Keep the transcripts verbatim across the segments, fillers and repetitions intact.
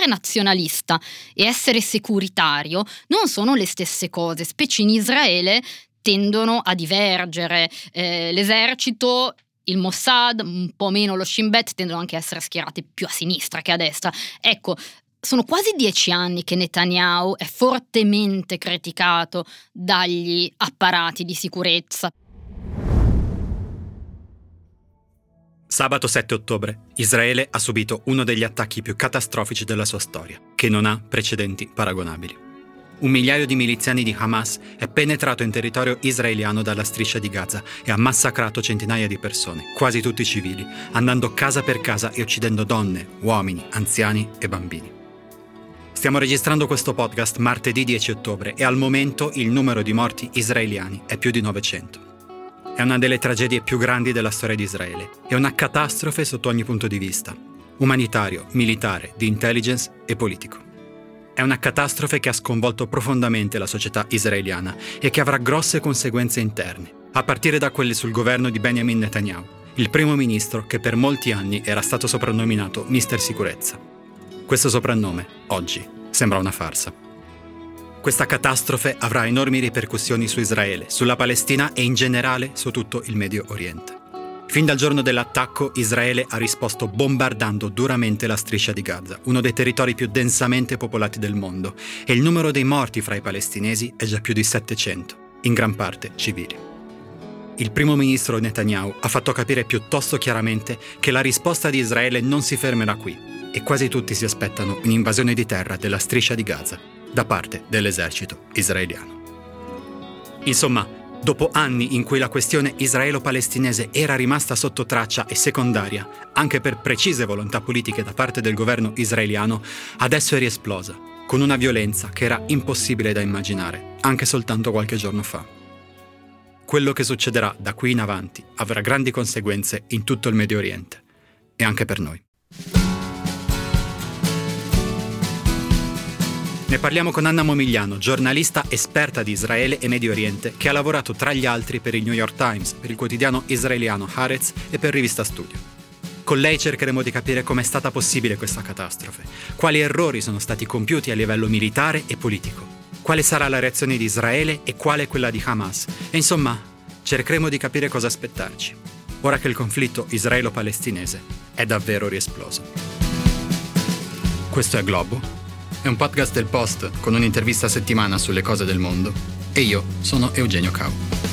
nazionalista e essere securitario non sono le stesse cose, specie in Israele tendono a divergere. Eh, l'esercito, il Mossad, un po' meno lo Shin Bet, tendono anche a essere schierati più a sinistra che a destra. Ecco, sono quasi dieci anni che Netanyahu è fortemente criticato dagli apparati di sicurezza. Sabato sette ottobre, Israele ha subito uno degli attacchi più catastrofici della sua storia, che non ha precedenti paragonabili. Un migliaio di miliziani di Hamas è penetrato in territorio israeliano dalla striscia di Gaza e ha massacrato centinaia di persone, quasi tutti civili, andando casa per casa e uccidendo donne, uomini, anziani e bambini. Stiamo registrando questo podcast martedì dieci ottobre e al momento il numero di morti israeliani è più di novecento. È una delle tragedie più grandi della storia di Israele. È una catastrofe sotto ogni punto di vista: umanitario, militare, di intelligence e politico. È una catastrofe che ha sconvolto profondamente la società israeliana e che avrà grosse conseguenze interne, a partire da quelle sul governo di Benjamin Netanyahu, il primo ministro che per molti anni era stato soprannominato mister Sicurezza. Questo soprannome, oggi, sembra una farsa. Questa catastrofe avrà enormi ripercussioni su Israele, sulla Palestina e in generale su tutto il Medio Oriente. Fin dal giorno dell'attacco, Israele ha risposto bombardando duramente la striscia di Gaza, uno dei territori più densamente popolati del mondo, e il numero dei morti fra i palestinesi è già più di settecento, in gran parte civili. Il primo ministro Netanyahu ha fatto capire piuttosto chiaramente che la risposta di Israele non si fermerà qui, e quasi tutti si aspettano un'invasione di terra della striscia di Gaza da parte dell'esercito israeliano. Insomma, dopo anni in cui la questione israelo-palestinese era rimasta sotto traccia e secondaria, anche per precise volontà politiche da parte del governo israeliano, adesso è riesplosa, con una violenza che era impossibile da immaginare, anche soltanto qualche giorno fa. Quello che succederà da qui in avanti avrà grandi conseguenze in tutto il Medio Oriente, e anche per noi. Ne parliamo con Anna Momigliano, giornalista esperta di Israele e Medio Oriente, che ha lavorato tra gli altri per il New York Times, per il quotidiano israeliano Haaretz e per Rivista Studio. Con lei cercheremo di capire com'è stata possibile questa catastrofe, quali errori sono stati compiuti a livello militare e politico, quale sarà la reazione di Israele e quale quella di Hamas, e insomma cercheremo di capire cosa aspettarci, ora che il conflitto israelo-palestinese è davvero riesploso. Questo è Globo. È un podcast del Post con un'intervista a settimana sulle cose del mondo. E io sono Eugenio Cau.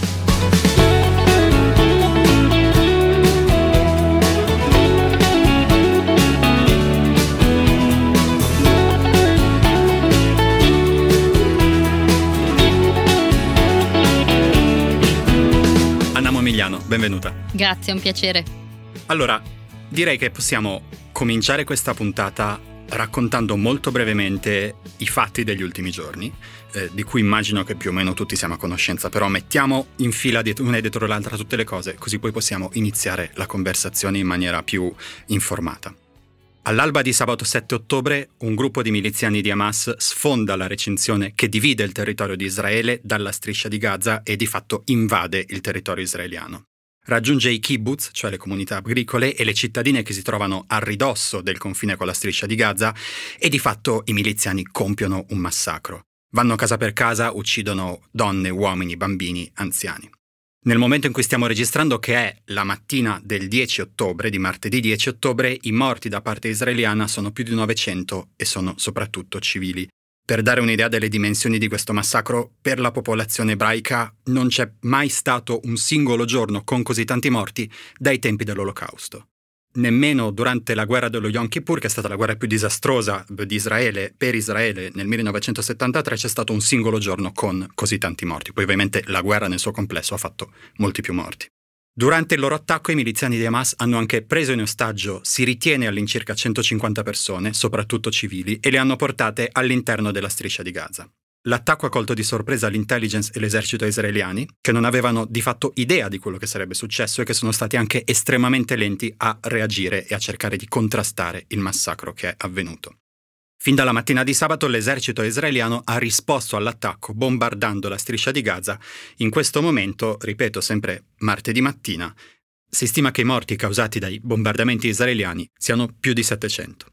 Anna Momigliano, benvenuta. Grazie, è un piacere. Allora, direi che possiamo cominciare questa puntata raccontando molto brevemente i fatti degli ultimi giorni, eh, di cui immagino che più o meno tutti siamo a conoscenza, però mettiamo in fila dietro, una dietro l'altra tutte le cose, così poi possiamo iniziare la conversazione in maniera più informata. All'alba di sabato sette ottobre, un gruppo di miliziani di Hamas sfonda la recinzione che divide il territorio di Israele dalla striscia di Gaza e di fatto invade il territorio israeliano. Raggiunge i kibbutz, cioè le comunità agricole, e le cittadine che si trovano a ridosso del confine con la striscia di Gaza, e di fatto i miliziani compiono un massacro. Vanno casa per casa, uccidono donne, uomini, bambini, anziani. Nel momento in cui stiamo registrando, che è la mattina del dieci ottobre, di martedì dieci ottobre, i morti da parte israeliana sono più di novecento e sono soprattutto civili. Per dare un'idea delle dimensioni di questo massacro, per la popolazione ebraica non c'è mai stato un singolo giorno con così tanti morti dai tempi dell'Olocausto. Nemmeno durante la guerra dello Yom Kippur, che è stata la guerra più disastrosa di Israele, per Israele nel millenovecentosettantatré, c'è stato un singolo giorno con così tanti morti. Poi ovviamente la guerra nel suo complesso ha fatto molti più morti. Durante il loro attacco i miliziani di Hamas hanno anche preso in ostaggio, si ritiene all'incirca centocinquanta persone, soprattutto civili, e le hanno portate all'interno della striscia di Gaza. L'attacco ha colto di sorpresa l'intelligence e l'esercito israeliani, che non avevano di fatto idea di quello che sarebbe successo e che sono stati anche estremamente lenti a reagire e a cercare di contrastare il massacro che è avvenuto. Fin dalla mattina di sabato l'esercito israeliano ha risposto all'attacco bombardando la striscia di Gaza. In questo momento, ripeto sempre martedì mattina, si stima che i morti causati dai bombardamenti israeliani siano più di settecento.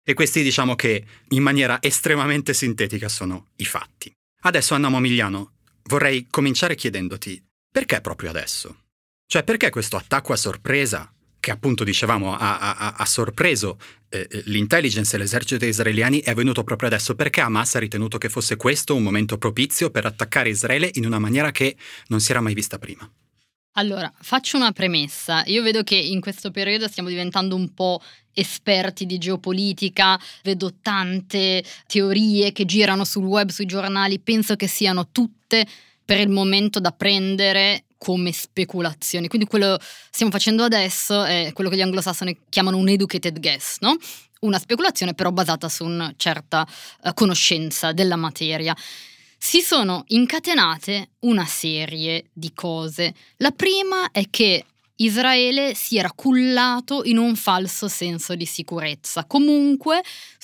E questi diciamo che in maniera estremamente sintetica sono i fatti. Adesso Anna Momigliano, vorrei cominciare chiedendoti perché proprio adesso? Cioè perché questo attacco a sorpresa, che appunto dicevamo ha, ha, ha sorpreso eh, l'intelligence e l'esercito israeliani, è avvenuto proprio adesso? Perché Hamas ha ritenuto che fosse questo un momento propizio per attaccare Israele in una maniera che non si era mai vista prima? Allora, faccio una premessa. Io vedo che in questo periodo stiamo diventando un po' esperti di geopolitica, vedo tante teorie che girano sul web, sui giornali, penso che siano tutte per il momento da prendere come speculazioni. Quindi quello che stiamo facendo adesso è quello che gli anglosassoni chiamano un educated guess, no? Una speculazione però basata su una certa uh, conoscenza della materia. Si sono incatenate una serie di cose. La prima è che Israele si era cullato in un falso senso di sicurezza. Comunque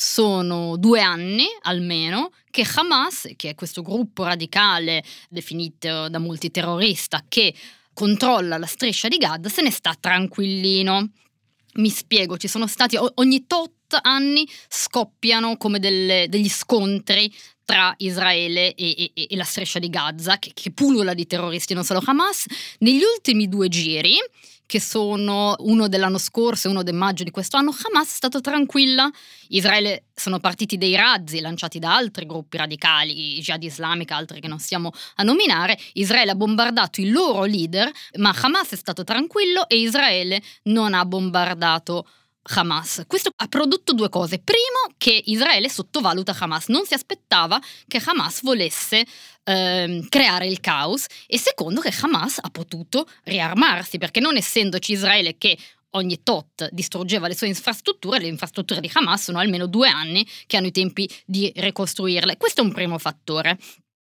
sono due anni almeno che Hamas, che è questo gruppo radicale definito da molti terrorista che controlla la striscia di Gaza, se ne sta tranquillino. Mi spiego, ci sono stati ogni tot anni scoppiano come delle, degli scontri tra Israele e, e, e la striscia di Gaza, che, che pullula di terroristi, non solo Hamas. Negli ultimi due giri, che sono uno dell'anno scorso e uno del maggio di questo anno, Hamas è stato tranquilla. Israele sono partiti dei razzi lanciati da altri gruppi radicali, Jihad Islamica, altri che non stiamo a nominare. Israele ha bombardato il loro leader, ma Hamas è stato tranquillo e Israele non ha bombardato Hamas. Questo ha prodotto due cose. Primo, che Israele sottovaluta Hamas, non si aspettava che Hamas volesse ehm, creare il caos, e secondo, che Hamas ha potuto riarmarsi, perché non essendoci Israele che ogni tot distruggeva le sue infrastrutture, le infrastrutture di Hamas sono almeno due anni che hanno i tempi di ricostruirle. Questo è un primo fattore.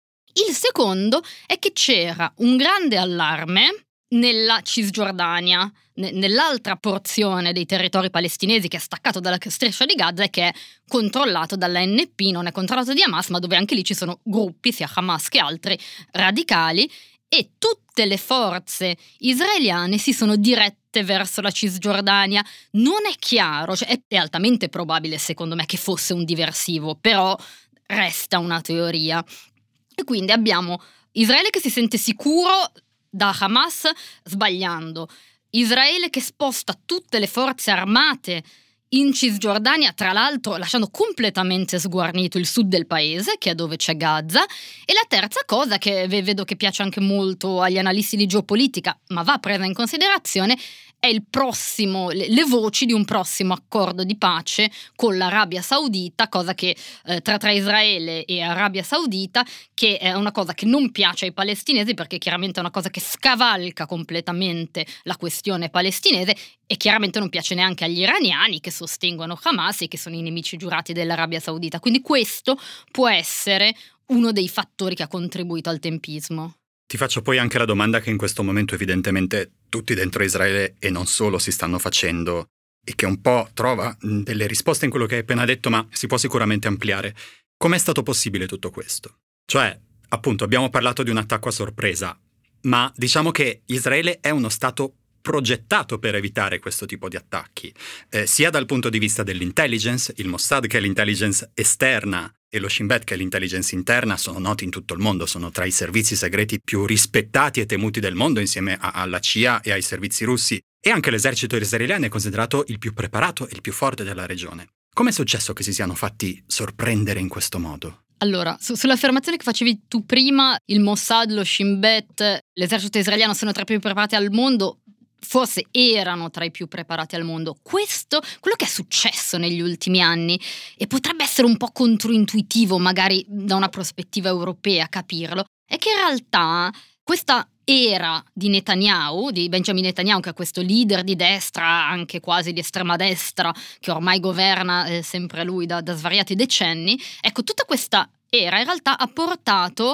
Il secondo è che c'era un grande allarme nella Cisgiordania, nell'altra porzione dei territori palestinesi che è staccato dalla striscia di Gaza e che è controllato dalla N P, non è controllato di Hamas, ma dove anche lì ci sono gruppi, sia Hamas che altri radicali, e tutte le forze israeliane si sono dirette verso la Cisgiordania. Non è chiaro, cioè è altamente probabile secondo me che fosse un diversivo, però resta una teoria. E quindi abbiamo Israele che si sente sicuro da Hamas sbagliando, Israele che sposta tutte le forze armate in Cisgiordania, tra l'altro lasciando completamente sguarnito il sud del paese, che è dove c'è Gaza. E la terza cosa, che vedo che piace anche molto agli analisti di geopolitica, ma va presa in considerazione, è il prossimo, le, le voci di un prossimo accordo di pace con l'Arabia Saudita, cosa che eh, tra, tra Israele e Arabia Saudita, che è una cosa che non piace ai palestinesi, perché chiaramente è una cosa che scavalca completamente la questione palestinese, e chiaramente non piace neanche agli iraniani, che sostengono Hamas e che sono i nemici giurati dell'Arabia Saudita. Quindi questo può essere uno dei fattori che ha contribuito al tempismo. Ti faccio poi anche la domanda che in questo momento evidentemente tutti dentro Israele e non solo si stanno facendo, e che un po' trova delle risposte in quello che hai appena detto, ma si può sicuramente ampliare. Com'è stato possibile tutto questo? Cioè, appunto, abbiamo parlato di un attacco a sorpresa, ma diciamo che Israele è uno stato progettato per evitare questo tipo di attacchi, eh, sia dal punto di vista dell'intelligence. Il Mossad, che è l'intelligence esterna, e lo Shin Bet, che è l'intelligence interna, sono noti in tutto il mondo, sono tra i servizi segreti più rispettati e temuti del mondo, insieme a, alla C I A e ai servizi russi, e anche l'esercito israeliano è considerato il più preparato e il più forte della regione. Com'è successo che si siano fatti sorprendere in questo modo? Allora, su, sull'affermazione che facevi tu prima, il Mossad, lo Shin Bet, l'esercito israeliano sono tra i più preparati al mondo, forse erano tra i più preparati al mondo. Questo, quello che è successo negli ultimi anni, e potrebbe essere un po' controintuitivo magari da una prospettiva europea capirlo, è che in realtà questa era di Netanyahu, di Benjamin Netanyahu, che è questo leader di destra, anche quasi di estrema destra, che ormai governa eh, sempre lui da, da svariati decenni, ecco, tutta questa era in realtà ha portato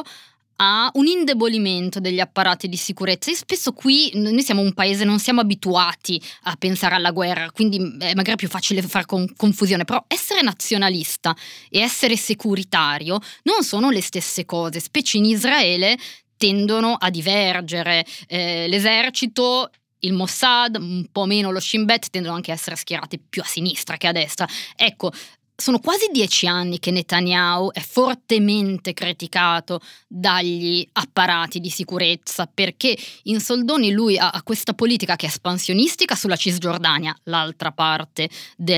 a un indebolimento degli apparati di sicurezza. E spesso qui noi siamo un paese, non siamo abituati a pensare alla guerra, quindi è magari più facile fare con- confusione, però essere nazionalista e essere securitario non sono le stesse cose, specie in Israele tendono a divergere. Eh, l'esercito, il Mossad, un po' meno lo Shin Bet, tendono anche a essere schierati più a sinistra che a destra. Ecco, Sono quasi dieci anni che Netanyahu è fortemente criticato dagli apparati di sicurezza, perché in soldoni lui ha, ha questa politica che è espansionistica sulla Cisgiordania, l'altra parte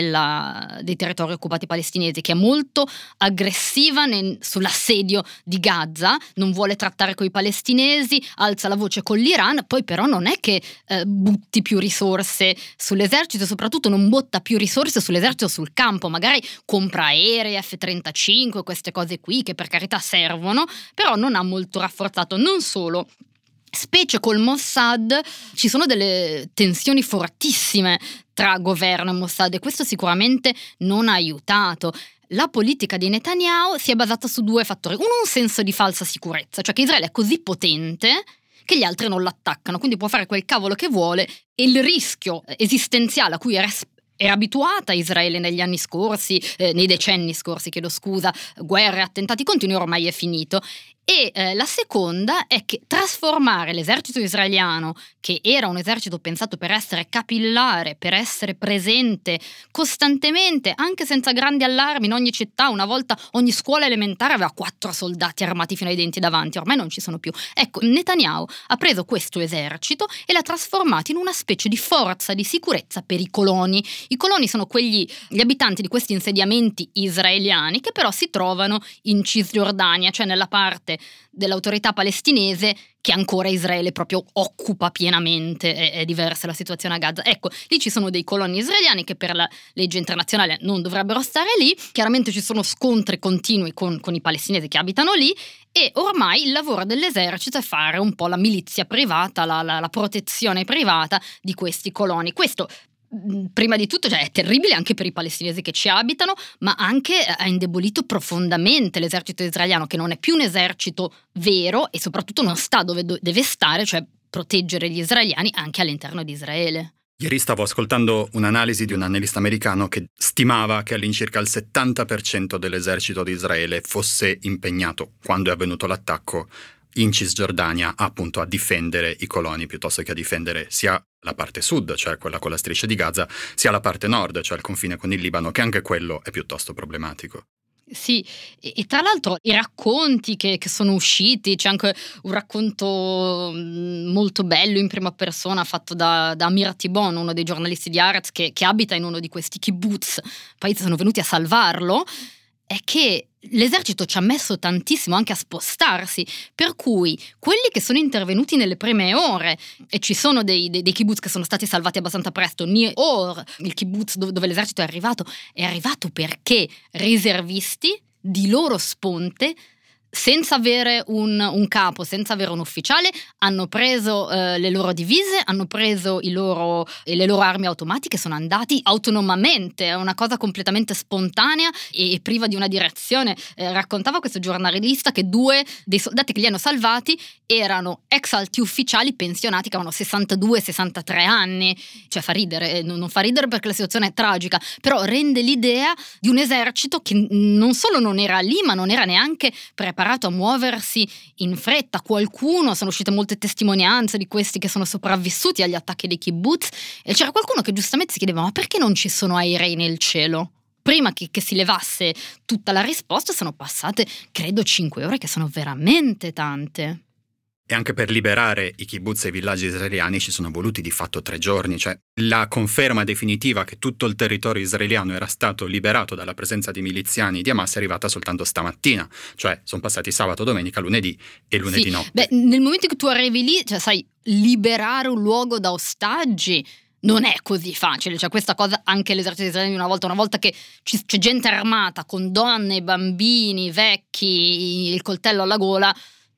della, dei territori occupati palestinesi, che è molto aggressiva nel, sull'assedio di Gaza, non vuole trattare coi palestinesi, alza la voce con l'Iran, poi però non è che eh, butti più risorse sull'esercito e soprattutto non butta più risorse sull'esercito sul campo, magari compra aerei, F trentacinque, queste cose qui che per carità servono, però non ha molto rafforzato. Non solo, specie col Mossad ci sono delle tensioni fortissime tra governo e Mossad e questo sicuramente non ha aiutato. La politica di Netanyahu si è basata su due fattori. Uno, un senso di falsa sicurezza, cioè che Israele è così potente che gli altri non l'attaccano, quindi può fare quel cavolo che vuole e il rischio esistenziale a cui era Era abituata Israele negli anni scorsi, eh, nei decenni scorsi, chiedo scusa, guerre, attentati continui, ormai è finito. E eh, la seconda è che trasformare l'esercito israeliano, che era un esercito pensato per essere capillare, per essere presente costantemente, anche senza grandi allarmi in ogni città, una volta ogni scuola elementare aveva quattro soldati armati fino ai denti davanti, ormai non ci sono più. Ecco, Netanyahu ha preso questo esercito e l'ha trasformato in una specie di forza di sicurezza per i coloni. I coloni sono quegli gli abitanti di questi insediamenti israeliani che però si trovano in Cisgiordania, cioè nella parte dell'autorità palestinese che ancora Israele proprio occupa pienamente. È, è diversa la situazione a Gaza. Ecco, lì ci sono dei coloni israeliani che per la legge internazionale non dovrebbero stare lì, chiaramente ci sono scontri continui con, con i palestinesi che abitano lì e ormai il lavoro dell'esercito è fare un po' la milizia privata, la, la, la protezione privata di questi coloni. Questo prima di tutto, cioè, è terribile anche per i palestinesi che ci abitano, ma anche ha indebolito profondamente l'esercito israeliano, che non è più un esercito vero e soprattutto non sta dove do- deve stare, cioè proteggere gli israeliani anche all'interno di Israele. Ieri stavo ascoltando un'analisi di un analista americano che stimava che all'incirca il settanta per cento dell'esercito di Israele fosse impegnato, quando è avvenuto l'attacco, in Cisgiordania, appunto a difendere i coloni piuttosto che a difendere sia la parte sud, cioè quella con la striscia di Gaza, sia la parte nord, cioè il confine con il Libano, che anche quello è piuttosto problematico. Sì, e, e tra l'altro i racconti che, che sono usciti, c'è anche un racconto mh, molto bello in prima persona fatto da, da Amir Tibon, uno dei giornalisti di Haaretz che, che abita in uno di questi kibbutz, poi sono venuti a salvarlo, è che l'esercito ci ha messo tantissimo anche a spostarsi, per cui quelli che sono intervenuti nelle prime ore, e ci sono dei, dei, dei kibbutz che sono stati salvati abbastanza presto, Nir Or, il kibbutz dove, dove l'esercito è arrivato, è arrivato perché riservisti di loro sponte, senza avere un, un capo, senza avere un ufficiale, hanno preso eh, le loro divise, hanno preso i loro, e le loro armi automatiche, sono andati autonomamente, è una cosa completamente spontanea e, e priva di una direzione. Eh, raccontava questo giornalista che due dei soldati che li hanno salvati erano ex alti ufficiali pensionati che avevano sessantadue sessantatré anni, cioè fa ridere, non, non fa ridere perché la situazione è tragica, però rende l'idea di un esercito che non solo non era lì, ma non era neanche preparato a muoversi in fretta. Qualcuno, sono uscite molte testimonianze di questi che sono sopravvissuti agli attacchi dei kibbutz e c'era qualcuno che giustamente si chiedeva: ma perché non ci sono aerei nel cielo? Prima che, che si levasse tutta la risposta sono passate credo cinque ore, che sono veramente tante. E anche per liberare i kibbutz e i villaggi israeliani ci sono voluti di fatto tre giorni, cioè la conferma definitiva che tutto il territorio israeliano era stato liberato dalla presenza di miliziani di Hamas è arrivata soltanto stamattina, cioè sono passati sabato, domenica, lunedì e lunedì sì, notte. Beh, nel momento in cui tu arrivi lì, cioè sai, liberare un luogo da ostaggi non è così facile, cioè questa cosa anche l'esercito israeliano una volta, una volta che ci, c'è gente armata con donne, bambini, vecchi, il coltello alla gola,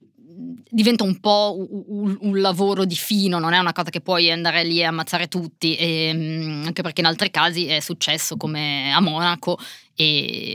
diventa un po' un, un lavoro di fino, non è una cosa che puoi andare lì e ammazzare tutti, e, anche perché in altri casi è successo come a Monaco e,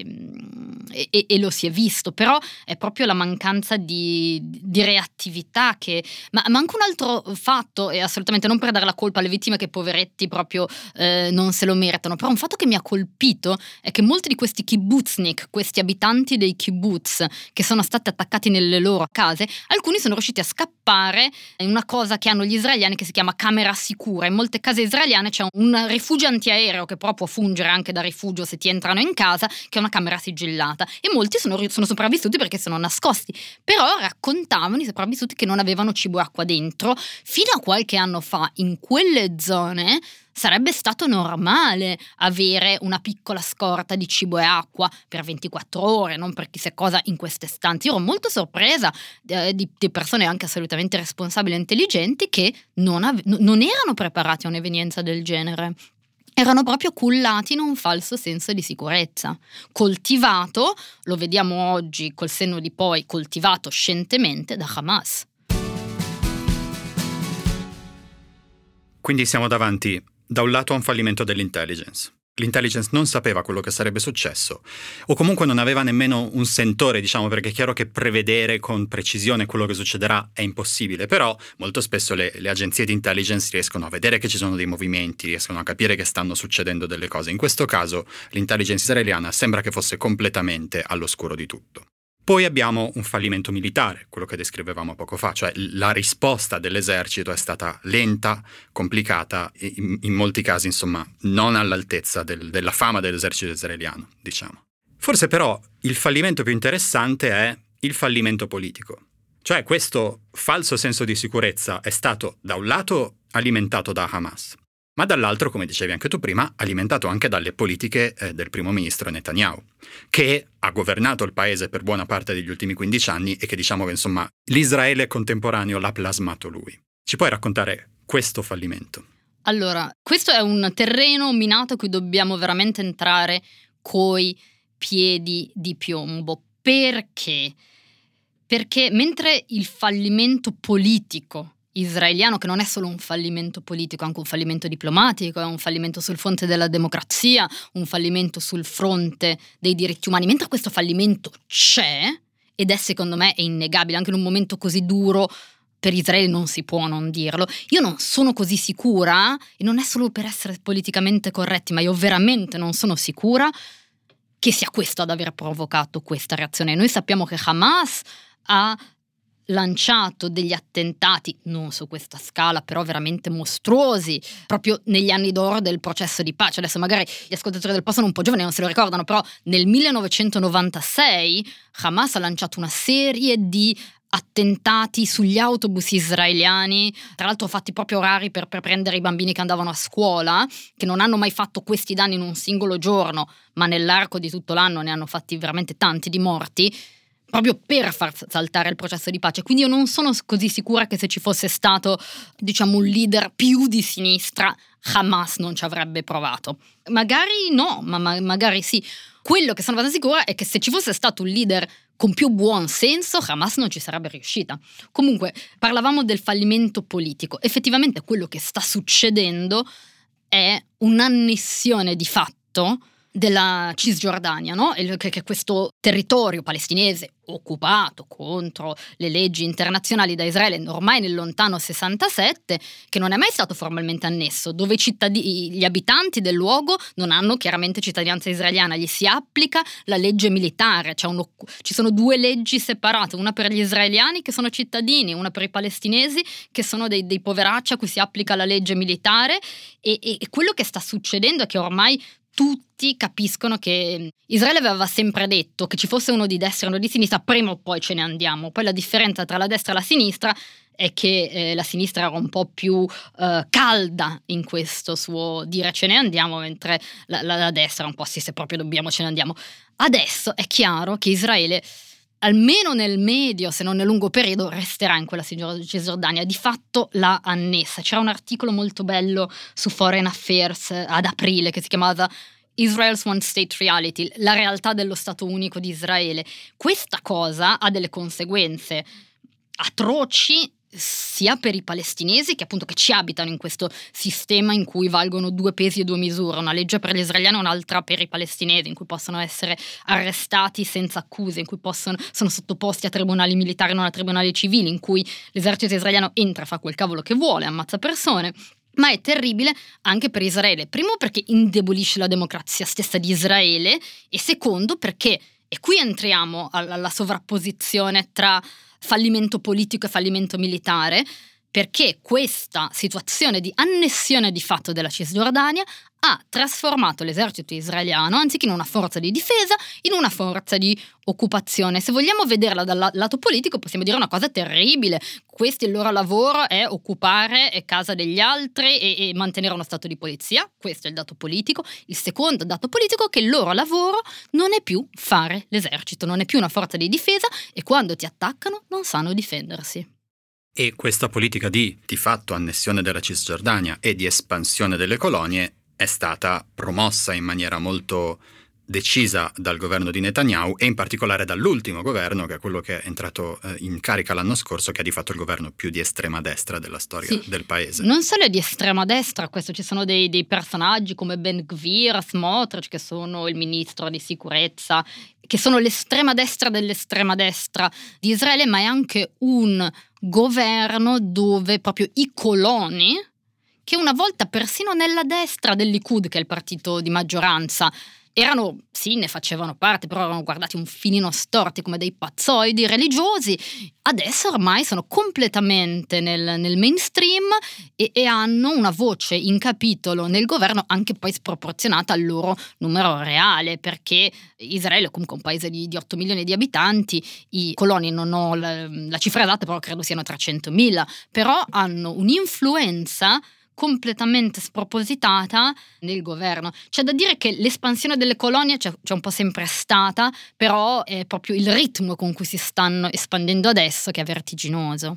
e, e lo si è visto, però è proprio la mancanza di, di reattività che, ma, ma anche un altro fatto, e assolutamente non per dare la colpa alle vittime che poveretti proprio eh, non se lo meritano, però un fatto che mi ha colpito è che molti di questi kibbutznik, questi abitanti dei kibbutz che sono stati attaccati nelle loro case, alcuni sono riusciti a scappare scappare in una cosa che hanno gli israeliani che si chiama camera sicura. In molte case israeliane c'è un rifugio antiaereo che però può fungere anche da rifugio se ti entrano in casa, che è una camera sigillata, e molti sono, sono sopravvissuti perché sono nascosti, però raccontavano i sopravvissuti che non avevano cibo e acqua dentro. Fino a qualche anno fa in quelle zone sarebbe stato normale avere una piccola scorta di cibo e acqua per ventiquattro ore, non per chissà cosa in queste stanze. Io ero molto sorpresa eh, di, di persone anche assolutamente responsabili e intelligenti che non, ave- non erano preparati a un'evenienza del genere. Erano proprio cullati in un falso senso di sicurezza, coltivato, lo vediamo oggi col senno di poi, coltivato scientemente da Hamas. Quindi siamo davanti da un lato a un fallimento dell'intelligence. L'intelligence non sapeva quello che sarebbe successo, o comunque non aveva nemmeno un sentore, diciamo, perché è chiaro che prevedere con precisione quello che succederà è impossibile, però molto spesso le, le agenzie di intelligence riescono a vedere che ci sono dei movimenti, riescono a capire che stanno succedendo delle cose. In questo caso l'intelligence israeliana sembra che fosse completamente all'oscuro di tutto. Poi abbiamo un fallimento militare, quello che descrivevamo poco fa, cioè la risposta dell'esercito è stata lenta, complicata e in, in molti casi, insomma, non all'altezza del, della fama dell'esercito israeliano, diciamo. Forse però il fallimento più interessante è il fallimento politico. Cioè questo falso senso di sicurezza è stato da un lato alimentato da Hamas, ma dall'altro, come dicevi anche tu prima, alimentato anche dalle politiche eh, del primo ministro Netanyahu, che ha governato il paese per buona parte degli ultimi quindici anni e che diciamo che insomma l'Israele contemporaneo l'ha plasmato lui. Ci puoi raccontare questo fallimento? Allora, questo è un terreno minato a cui dobbiamo veramente entrare coi piedi di piombo. Perché? Perché mentre il fallimento politico israeliano, che non è solo un fallimento politico, è anche un fallimento diplomatico, è un fallimento sul fronte della democrazia, un fallimento sul fronte dei diritti umani, mentre questo fallimento c'è, ed è secondo me è innegabile, anche in un momento così duro per Israele non si può non dirlo, io non sono così sicura, e non è solo per essere politicamente corretti, ma io veramente non sono sicura che sia questo ad aver provocato questa reazione. Noi sappiamo che Hamas ha lanciato degli attentati, non su questa scala, però veramente mostruosi, proprio negli anni d'oro del processo di pace. Adesso magari gli ascoltatori del posto sono un po' giovani, non se lo ricordano, però nel millenovecentonovantasei Hamas ha lanciato una serie di attentati sugli autobus israeliani, tra l'altro fatti proprio orari per, per prendere i bambini che andavano a scuola, che non hanno mai fatto questi danni in un singolo giorno, ma nell'arco di tutto l'anno ne hanno fatti veramente tanti di morti, proprio per far saltare il processo di pace. Quindi io non sono così sicura che se ci fosse stato, diciamo, un leader più di sinistra, Hamas non ci avrebbe provato. Magari no, ma, ma magari sì. Quello che sono abbastanza sicura è che se ci fosse stato un leader con più buon senso, Hamas non ci sarebbe riuscita. Comunque, parlavamo del fallimento politico. Effettivamente quello che sta succedendo è un'annessione di fatto della Cisgiordania, no? Che è questo territorio palestinese occupato contro le leggi internazionali da Israele ormai nel lontano sessantasette, che non è mai stato formalmente annesso, dove i cittadini, gli abitanti del luogo non hanno chiaramente cittadinanza israeliana, gli si applica la legge militare, cioè uno, ci sono due leggi separate, una per gli israeliani che sono cittadini, una per i palestinesi che sono dei, dei poveracci a cui si applica la legge militare, e, e, e quello che sta succedendo è che ormai tutti capiscono che Israele aveva sempre detto che ci fosse uno di destra e uno di sinistra, prima o poi ce ne andiamo. Poi la differenza tra la destra e la sinistra è che eh, la sinistra era un po' più eh, calda in questo suo dire ce ne andiamo, mentre la, la, la destra un po' sì, se proprio dobbiamo ce ne andiamo. Adesso è chiaro che Israele, almeno nel medio, se non nel lungo periodo, resterà in quella Cisgiordania. Di fatto l'ha annessa. C'era un articolo molto bello su Foreign Affairs ad aprile che si chiamava Israel's One State Reality, la realtà dello Stato unico di Israele. Questa cosa ha delle conseguenze atroci sia per i palestinesi, che appunto che ci abitano in questo sistema in cui valgono due pesi e due misure, una legge per gli israeliani e un'altra per i palestinesi, in cui possono essere arrestati senza accuse, in cui possono, sono sottoposti a tribunali militari e non a tribunali civili, in cui l'esercito israeliano entra, fa quel cavolo che vuole, ammazza persone. Ma è terribile anche per Israele, primo perché indebolisce la democrazia stessa di Israele, e secondo perché, e qui entriamo alla sovrapposizione tra fallimento politico e fallimento militare, perché questa situazione di annessione di fatto della Cisgiordania ha trasformato l'esercito israeliano, anziché in una forza di difesa, in una forza di occupazione. Se vogliamo vederla dal lato politico, possiamo dire una cosa terribile. Questo, il loro lavoro è occupare casa degli altri e, e mantenere uno stato di polizia. Questo è il dato politico. Il secondo dato politico è che il loro lavoro non è più fare l'esercito, non è più una forza di difesa, e quando ti attaccano non sanno difendersi. E questa politica di, di fatto, annessione della Cisgiordania e di espansione delle colonie è stata promossa in maniera molto decisa dal governo di Netanyahu, e in particolare dall'ultimo governo, che è quello che è entrato eh, in carica l'anno scorso, che è di fatto il governo più di estrema destra della storia sì, del paese. Non solo è di estrema destra, questo, ci sono dei, dei personaggi come Ben Gvir, Smotrich, che sono il ministro di sicurezza, che sono l'estrema destra dell'estrema destra di Israele, ma è anche un governo dove proprio i coloni, che una volta persino nella destra del Likud, che è il partito di maggioranza, erano, sì, ne facevano parte, però erano guardati un filino storti come dei pazzoidi religiosi, adesso ormai sono completamente nel, nel mainstream e, e hanno una voce in capitolo nel governo, anche poi sproporzionata al loro numero reale, perché Israele è comunque un paese di, di otto milioni di abitanti, i coloni non ho la, la cifra esatta, però credo siano trecentomila, però hanno un'influenza completamente spropositata nel governo. C'è da dire che l'espansione delle colonie c'è, c'è un po' sempre stata, però è proprio il ritmo con cui si stanno espandendo adesso che è vertiginoso.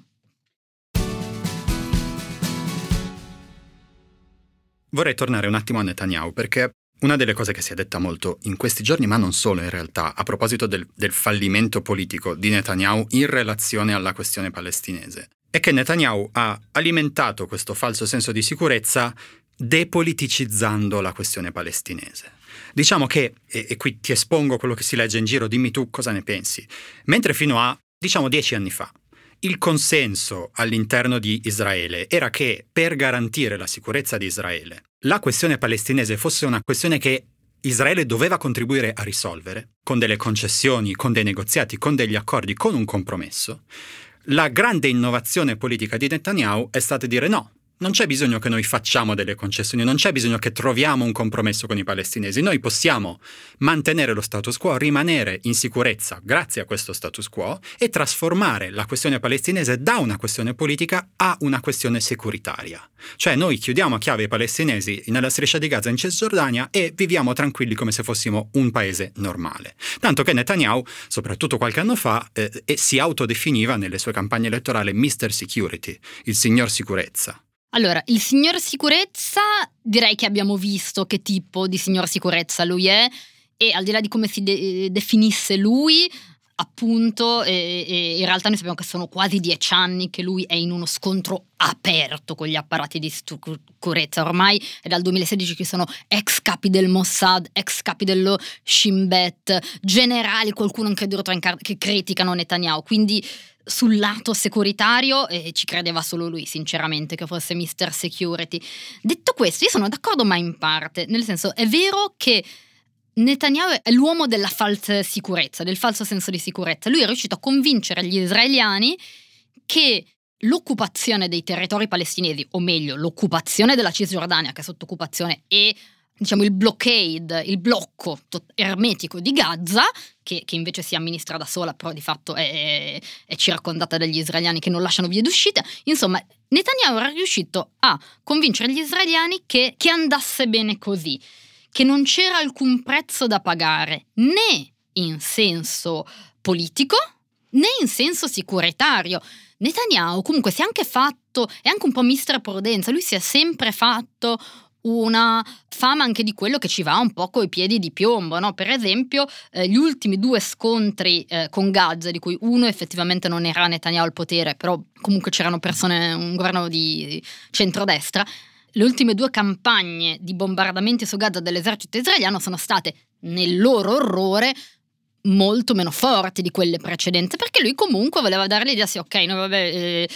Vorrei tornare un attimo a Netanyahu, perché una delle cose che si è detta molto in questi giorni, ma non solo in realtà, a proposito del, del fallimento politico di Netanyahu in relazione alla questione palestinese, è che Netanyahu ha alimentato questo falso senso di sicurezza depoliticizzando la questione palestinese. Diciamo che, e, e qui ti espongo quello che si legge in giro, dimmi tu cosa ne pensi, mentre fino a, diciamo, dieci anni fa, il consenso all'interno di Israele era che per garantire la sicurezza di Israele, la questione palestinese fosse una questione che Israele doveva contribuire a risolvere, con delle concessioni, con dei negoziati, con degli accordi, con un compromesso. La grande innovazione politica di Netanyahu è stata dire no, non c'è bisogno che noi facciamo delle concessioni, non c'è bisogno che troviamo un compromesso con i palestinesi, noi possiamo mantenere lo status quo, rimanere in sicurezza grazie a questo status quo e trasformare la questione palestinese da una questione politica a una questione securitaria. Cioè noi chiudiamo a chiave i palestinesi nella striscia di Gaza in Cisgiordania e viviamo tranquilli come se fossimo un paese normale. Tanto che Netanyahu, soprattutto qualche anno fa, eh, si autodefiniva nelle sue campagne elettorali mister Security, il signor sicurezza. Allora, il signor sicurezza, direi che abbiamo visto che tipo di signor sicurezza lui è, e al di là di come si de- definisse lui, appunto, e, e in realtà noi sappiamo che sono quasi dieci anni che lui è in uno scontro aperto con gli apparati di sicurezza. Ormai è dal duemilasedici che sono ex capi del Mossad, ex capi dello Shin Bet, generali, qualcuno anche addirittura in car- che criticano Netanyahu, quindi sul lato securitario eh, ci credeva solo lui, sinceramente, che fosse mister Security. Detto questo, io sono d'accordo ma in parte, nel senso, è vero che Netanyahu è l'uomo della falsa sicurezza, del falso senso di sicurezza. Lui è riuscito a convincere gli israeliani che l'occupazione dei territori palestinesi, o meglio, l'occupazione della Cisgiordania, che è sotto occupazione, e diciamo il blockade, il blocco ermetico di Gaza, che, che invece si amministra da sola, però di fatto è, è circondata dagli israeliani che non lasciano vie d'uscita. Insomma, Netanyahu era riuscito a convincere gli israeliani che, che andasse bene così, che non c'era alcun prezzo da pagare, né in senso politico, né in senso securitario. Netanyahu comunque si è anche fatto, è anche un po' mister Prudenza, lui si è sempre fatto una fama anche di quello che ci va un po' coi piedi di piombo, no? Per esempio eh, gli ultimi due scontri eh, con Gaza, di cui uno effettivamente non era Netanyahu al potere, però comunque c'erano persone, un governo di centrodestra, le ultime due campagne di bombardamenti su Gaza dell'esercito israeliano sono state, nel loro orrore, molto meno forti di quelle precedenti, perché lui comunque voleva dare l'idea, sì, ok, noi vabbè, eh,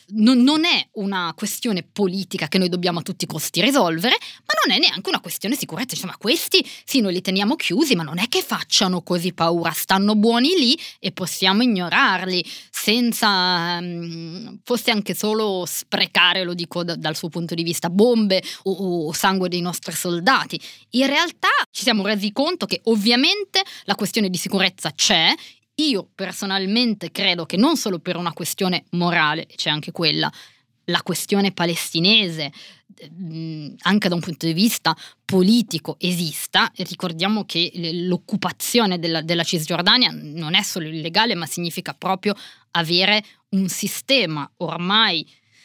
non, non è una questione politica che noi dobbiamo a tutti i costi risolvere, ma non è neanche una questione sicurezza. Insomma, questi sì, noi li teniamo chiusi, ma non è che facciano così paura, stanno buoni lì e possiamo ignorarli senza um, fosse anche solo sprecare, lo dico da, dal suo punto di vista, bombe o, o sangue dei nostri soldati. In realtà ci siamo resi conto che ovviamente la questione di sicurezza c'è. Io personalmente credo che non solo per una questione morale, c'è anche quella, la questione palestinese, anche da un punto di vista politico esista. Ricordiamo che l'occupazione della, della Cisgiordania non è solo illegale, ma significa proprio avere un sistema ormai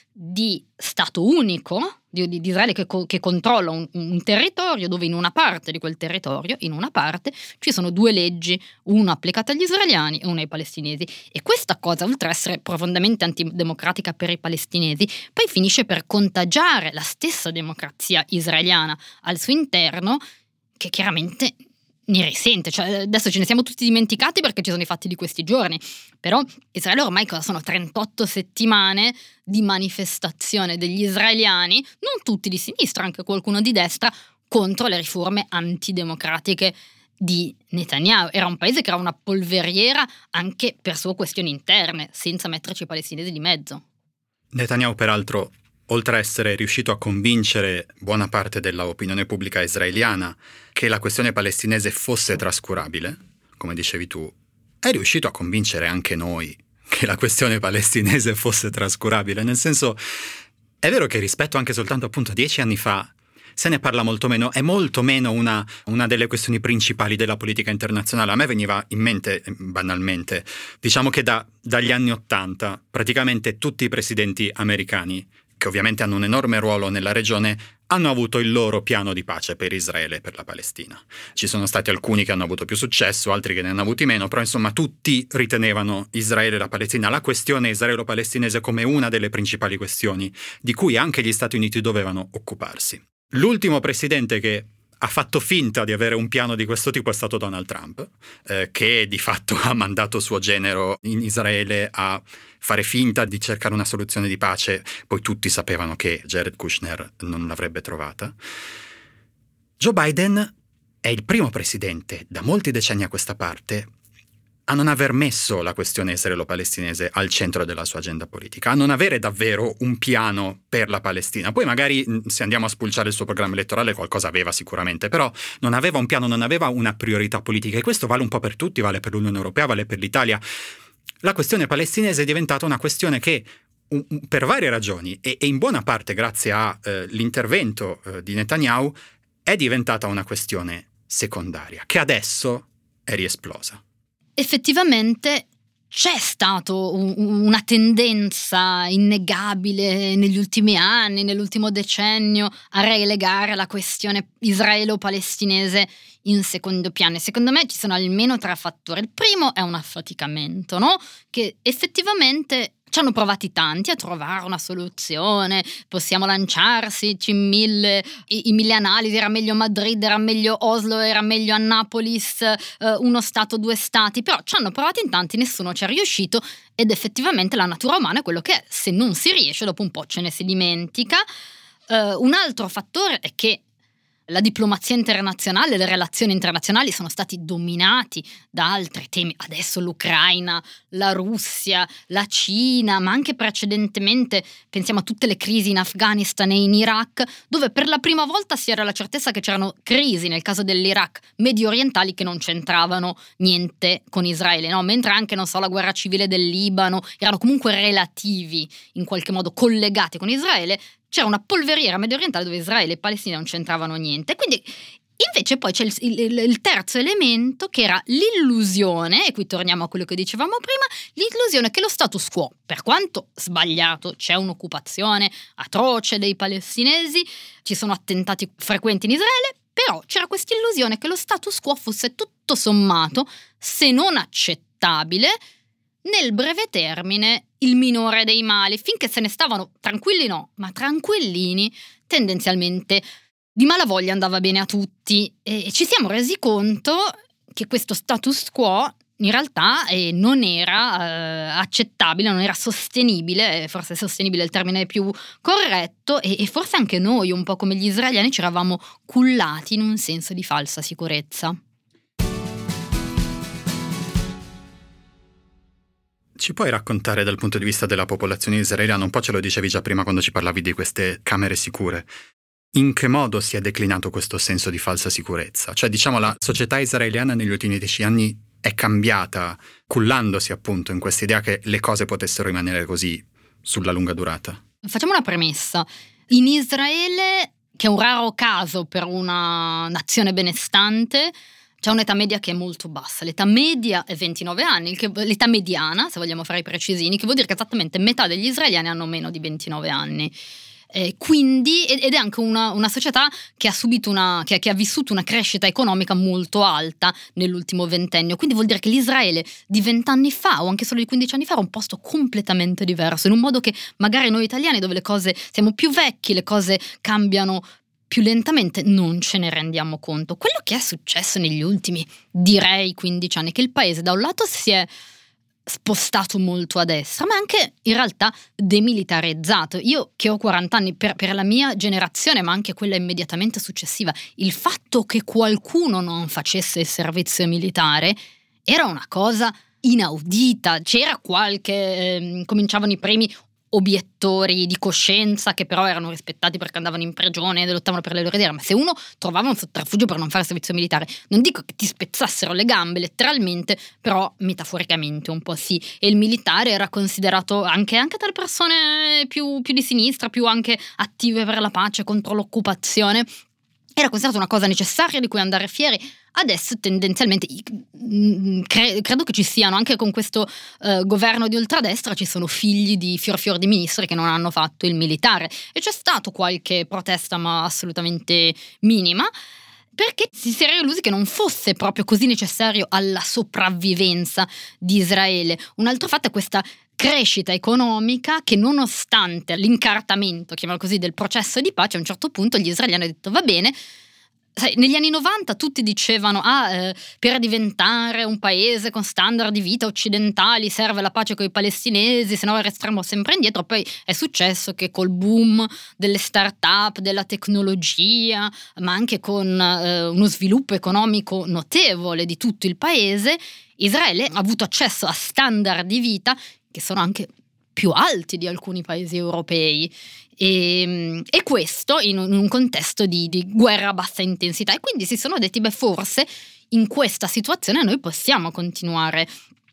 di Stato unico di, di Israele che, che controlla un, un territorio, dove in una parte di quel territorio, in una parte, ci sono due leggi, una applicata agli israeliani e una ai palestinesi. E questa cosa, oltre ad essere profondamente antidemocratica per i palestinesi, poi finisce per contagiare la stessa democrazia israeliana al suo interno, che chiaramente ne risente. Cioè, adesso ce ne siamo tutti dimenticati perché ci sono i fatti di questi giorni, però Israele ormai cosa sono trentotto settimane di manifestazione degli israeliani, non tutti di sinistra, anche qualcuno di destra, contro le riforme antidemocratiche di Netanyahu. Era un paese che era una polveriera anche per sue questioni interne, senza metterci i palestinesi di mezzo. Netanyahu, peraltro, oltre a essere riuscito a convincere buona parte dell'opinione pubblica israeliana che la questione palestinese fosse trascurabile, come dicevi tu, è riuscito a convincere anche noi che la questione palestinese fosse trascurabile. Nel senso, è vero che rispetto anche soltanto appunto a dieci anni fa se ne parla molto meno, è molto meno una, una delle questioni principali della politica internazionale. A me veniva in mente, banalmente, diciamo che da, dagli anni Ottanta praticamente tutti i presidenti americani, che ovviamente hanno un enorme ruolo nella regione, hanno avuto il loro piano di pace per Israele e per la Palestina. Ci sono stati alcuni che hanno avuto più successo, altri che ne hanno avuti meno, però insomma tutti ritenevano Israele e la Palestina, la questione israelo-palestinese, come una delle principali questioni di cui anche gli Stati Uniti dovevano occuparsi. L'ultimo presidente che ha fatto finta di avere un piano di questo tipo è stato Donald Trump, eh, che di fatto ha mandato suo genero in Israele a fare finta di cercare una soluzione di pace. Poi tutti sapevano che Jared Kushner non l'avrebbe trovata. Joe Biden è il primo presidente da molti decenni a questa parte a non aver messo la questione israelo-palestinese al centro della sua agenda politica, a non avere davvero un piano per la Palestina. Poi magari, se andiamo a spulciare il suo programma elettorale, qualcosa aveva sicuramente, però non aveva un piano, non aveva una priorità politica, e questo vale un po' per tutti, vale per l'Unione Europea, vale per l'Italia. La questione palestinese è diventata una questione che, per varie ragioni, e in buona parte grazie all'intervento eh, di Netanyahu, è diventata una questione secondaria, che adesso è riesplosa. Effettivamente c'è stato un, una tendenza innegabile negli ultimi anni, nell'ultimo decennio, a relegare la questione israelo-palestinese in secondo piano. E secondo me ci sono almeno tre fattori. Il primo è un affaticamento, no? Che effettivamente ci hanno provati tanti a trovare una soluzione, possiamo lanciarsi in mille, in mille analisi, era meglio Madrid, era meglio Oslo, era meglio Annapolis, eh, uno stato, due stati, però ci hanno provati in tanti, nessuno ci è riuscito, ed effettivamente la natura umana è quello che è, se non si riesce dopo un po' ce ne si dimentica. Eh, un altro fattore è che la diplomazia internazionale, le relazioni internazionali sono stati dominati da altri temi. Adesso l'Ucraina, la Russia, la Cina, ma anche precedentemente pensiamo a tutte le crisi in Afghanistan e in Iraq, dove per la prima volta si era la certezza che c'erano crisi, nel caso dell'Iraq, medio orientali che non c'entravano niente con Israele, no? Mentre anche, non so, la guerra civile del Libano erano comunque relativi, in qualche modo collegati con Israele. C'era una polveriera medio orientale dove Israele e Palestina non c'entravano niente. Quindi invece poi c'è il, il, il terzo elemento, che era l'illusione, e qui torniamo a quello che dicevamo prima, l'illusione che lo status quo, per quanto sbagliato, c'è un'occupazione atroce dei palestinesi, ci sono attentati frequenti in Israele, però c'era questa illusione che lo status quo fosse tutto sommato, se non accettabile, nel breve termine il minore dei mali, finché se ne stavano tranquilli, no, ma tranquillini, tendenzialmente di malavoglia andava bene a tutti, e ci siamo resi conto che questo status quo in realtà eh, non era eh, accettabile, non era sostenibile, forse sostenibile è il termine più corretto, e, e forse anche noi, un po' come gli israeliani, ci eravamo cullati in un senso di falsa sicurezza. Ci puoi raccontare dal punto di vista della popolazione israeliana, un po' ce lo dicevi già prima quando ci parlavi di queste camere sicure, in che modo si è declinato questo senso di falsa sicurezza? Cioè, diciamo, la società israeliana negli ultimi dieci anni è cambiata, cullandosi appunto in questa idea che le cose potessero rimanere così sulla lunga durata. Facciamo una premessa. In Israele, che è un raro caso per una nazione benestante, c'è un'età media che è molto bassa. L'età media è ventinove anni, che, l'età mediana, se vogliamo fare i precisini, che vuol dire che esattamente metà degli israeliani hanno meno di ventinove anni. Eh, quindi, ed è anche una, una società che ha subito una, che, che ha vissuto una crescita economica molto alta nell'ultimo ventennio. Quindi vuol dire che l'Israele di vent'anni fa, o anche solo di quindici anni fa, era un posto completamente diverso, in un modo che magari noi italiani, dove le cose siamo più vecchi, le cose cambiano più lentamente, non ce ne rendiamo conto. Quello che è successo negli ultimi, direi, quindici anni, che il paese da un lato si è spostato molto a destra, ma anche in realtà demilitarizzato. Io che ho quaranta anni, per, per la mia generazione, ma anche quella immediatamente successiva, il fatto che qualcuno non facesse il servizio militare era una cosa inaudita. C'era qualche, eh, cominciavano i primi obiettori di coscienza, che però erano rispettati perché andavano in prigione e lottavano per le loro idee, ma se uno trovava un sotterfugio per non fare servizio militare, non dico che ti spezzassero le gambe letteralmente, però metaforicamente un po' sì. E il militare era considerato anche, anche dalle persone più, più di sinistra, più anche attive per la pace, contro l'occupazione, era considerato una cosa necessaria di cui andare fieri. Adesso tendenzialmente cre- credo che ci siano, anche con questo eh, governo di ultradestra, ci sono figli di fior fior di ministri che non hanno fatto il militare, e c'è stato qualche protesta, ma assolutamente minima, perché si si era illusi che non fosse proprio così necessario alla sopravvivenza di Israele. Un altro fatto è questa crescita economica che, nonostante l'incartamento, chiamiamolo così, del processo di pace, a un certo punto gli israeliani hanno detto va bene. Sai, negli anni novanta tutti dicevano ah, eh, per diventare un paese con standard di vita occidentali serve la pace con i palestinesi, se no resteremo sempre indietro. Poi è successo che col boom delle start-up, della tecnologia, ma anche con eh, uno sviluppo economico notevole di tutto il paese, Israele ha avuto accesso a standard di vita che sono anche più alti di alcuni paesi europei, e, e questo in un, in un contesto di, di guerra a bassa intensità, e quindi si sono detti beh, forse in questa situazione noi possiamo continuare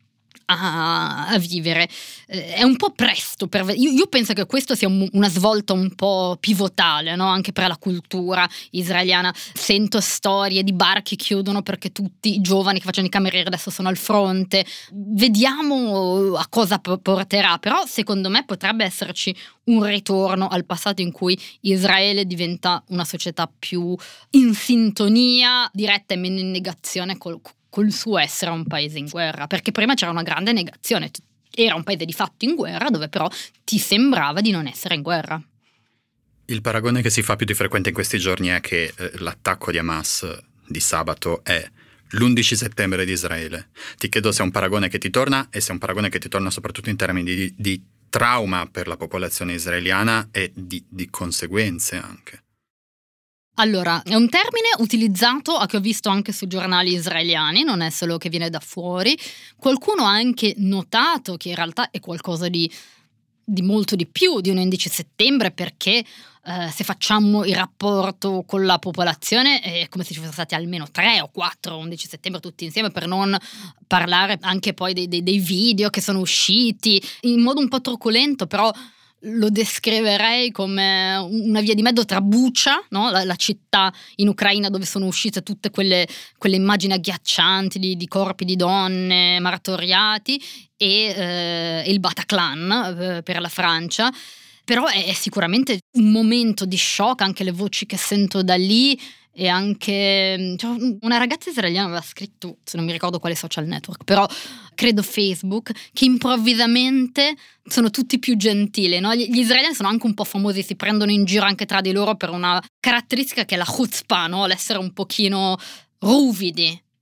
a, a vivere. Eh, è un po' presto per io, io penso che questo sia un, una svolta un po' pivotale, no? Anche per la cultura israeliana. Sento storie di bar che chiudono perché tutti i giovani che facevano i camerieri adesso sono al fronte. Vediamo a cosa porterà, però secondo me potrebbe esserci un ritorno al passato in cui Israele diventa una società più in sintonia, diretta e meno in negazione col col suo essere un paese in guerra, perché prima c'era una grande negazione, era un paese di fatto in guerra dove però ti sembrava di non essere in guerra. Il paragone che si fa più di frequente in questi giorni è che eh, l'attacco di Hamas di sabato è l'undici settembre di Israele. Ti chiedo se è un paragone che ti torna, e se è un paragone che ti torna soprattutto in termini di, di trauma per la popolazione israeliana e di, di conseguenze anche. Allora, è un termine utilizzato, che ho visto anche sui giornali israeliani, non è solo che viene da fuori. Qualcuno ha anche notato che in realtà è qualcosa di, di molto di più di un undici settembre, perché eh, se facciamo il rapporto con la popolazione è come se ci fossero stati almeno tre o quattro undici settembre tutti insieme, per non parlare anche poi dei, dei, dei video che sono usciti in modo un po' truculento, però lo descriverei come una via di mezzo tra Bucha, no? la, la città in Ucraina dove sono uscite tutte quelle, quelle immagini agghiaccianti di, di corpi di donne martoriati, e eh, il Bataclan eh, per la Francia. Però è, è sicuramente un momento di shock, anche le voci che sento da lì. E anche cioè, una ragazza israeliana aveva scritto, se non mi ricordo quale social network, però credo Facebook, che improvvisamente sono tutti più gentili, no? Gli, gli israeliani sono anche un po' famosi, si prendono in giro anche tra di loro per una caratteristica che è la chutzpah, no? L'essere un pochino ruvidi.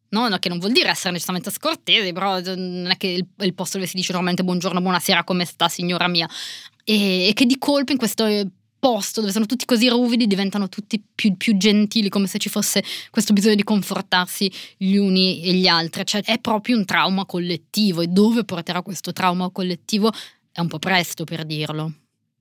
no? Che non vuol dire essere necessariamente scortesi, però non è che il, il posto dove si dice normalmente buongiorno, buonasera, come sta signora mia, e, e che di colpo in questo posto dove sono tutti così ruvidi diventano tutti più, più gentili, come se ci fosse questo bisogno di confortarsi gli uni e gli altri. Cioè è proprio un trauma collettivo, e dove porterà questo trauma collettivo è un po' presto per dirlo.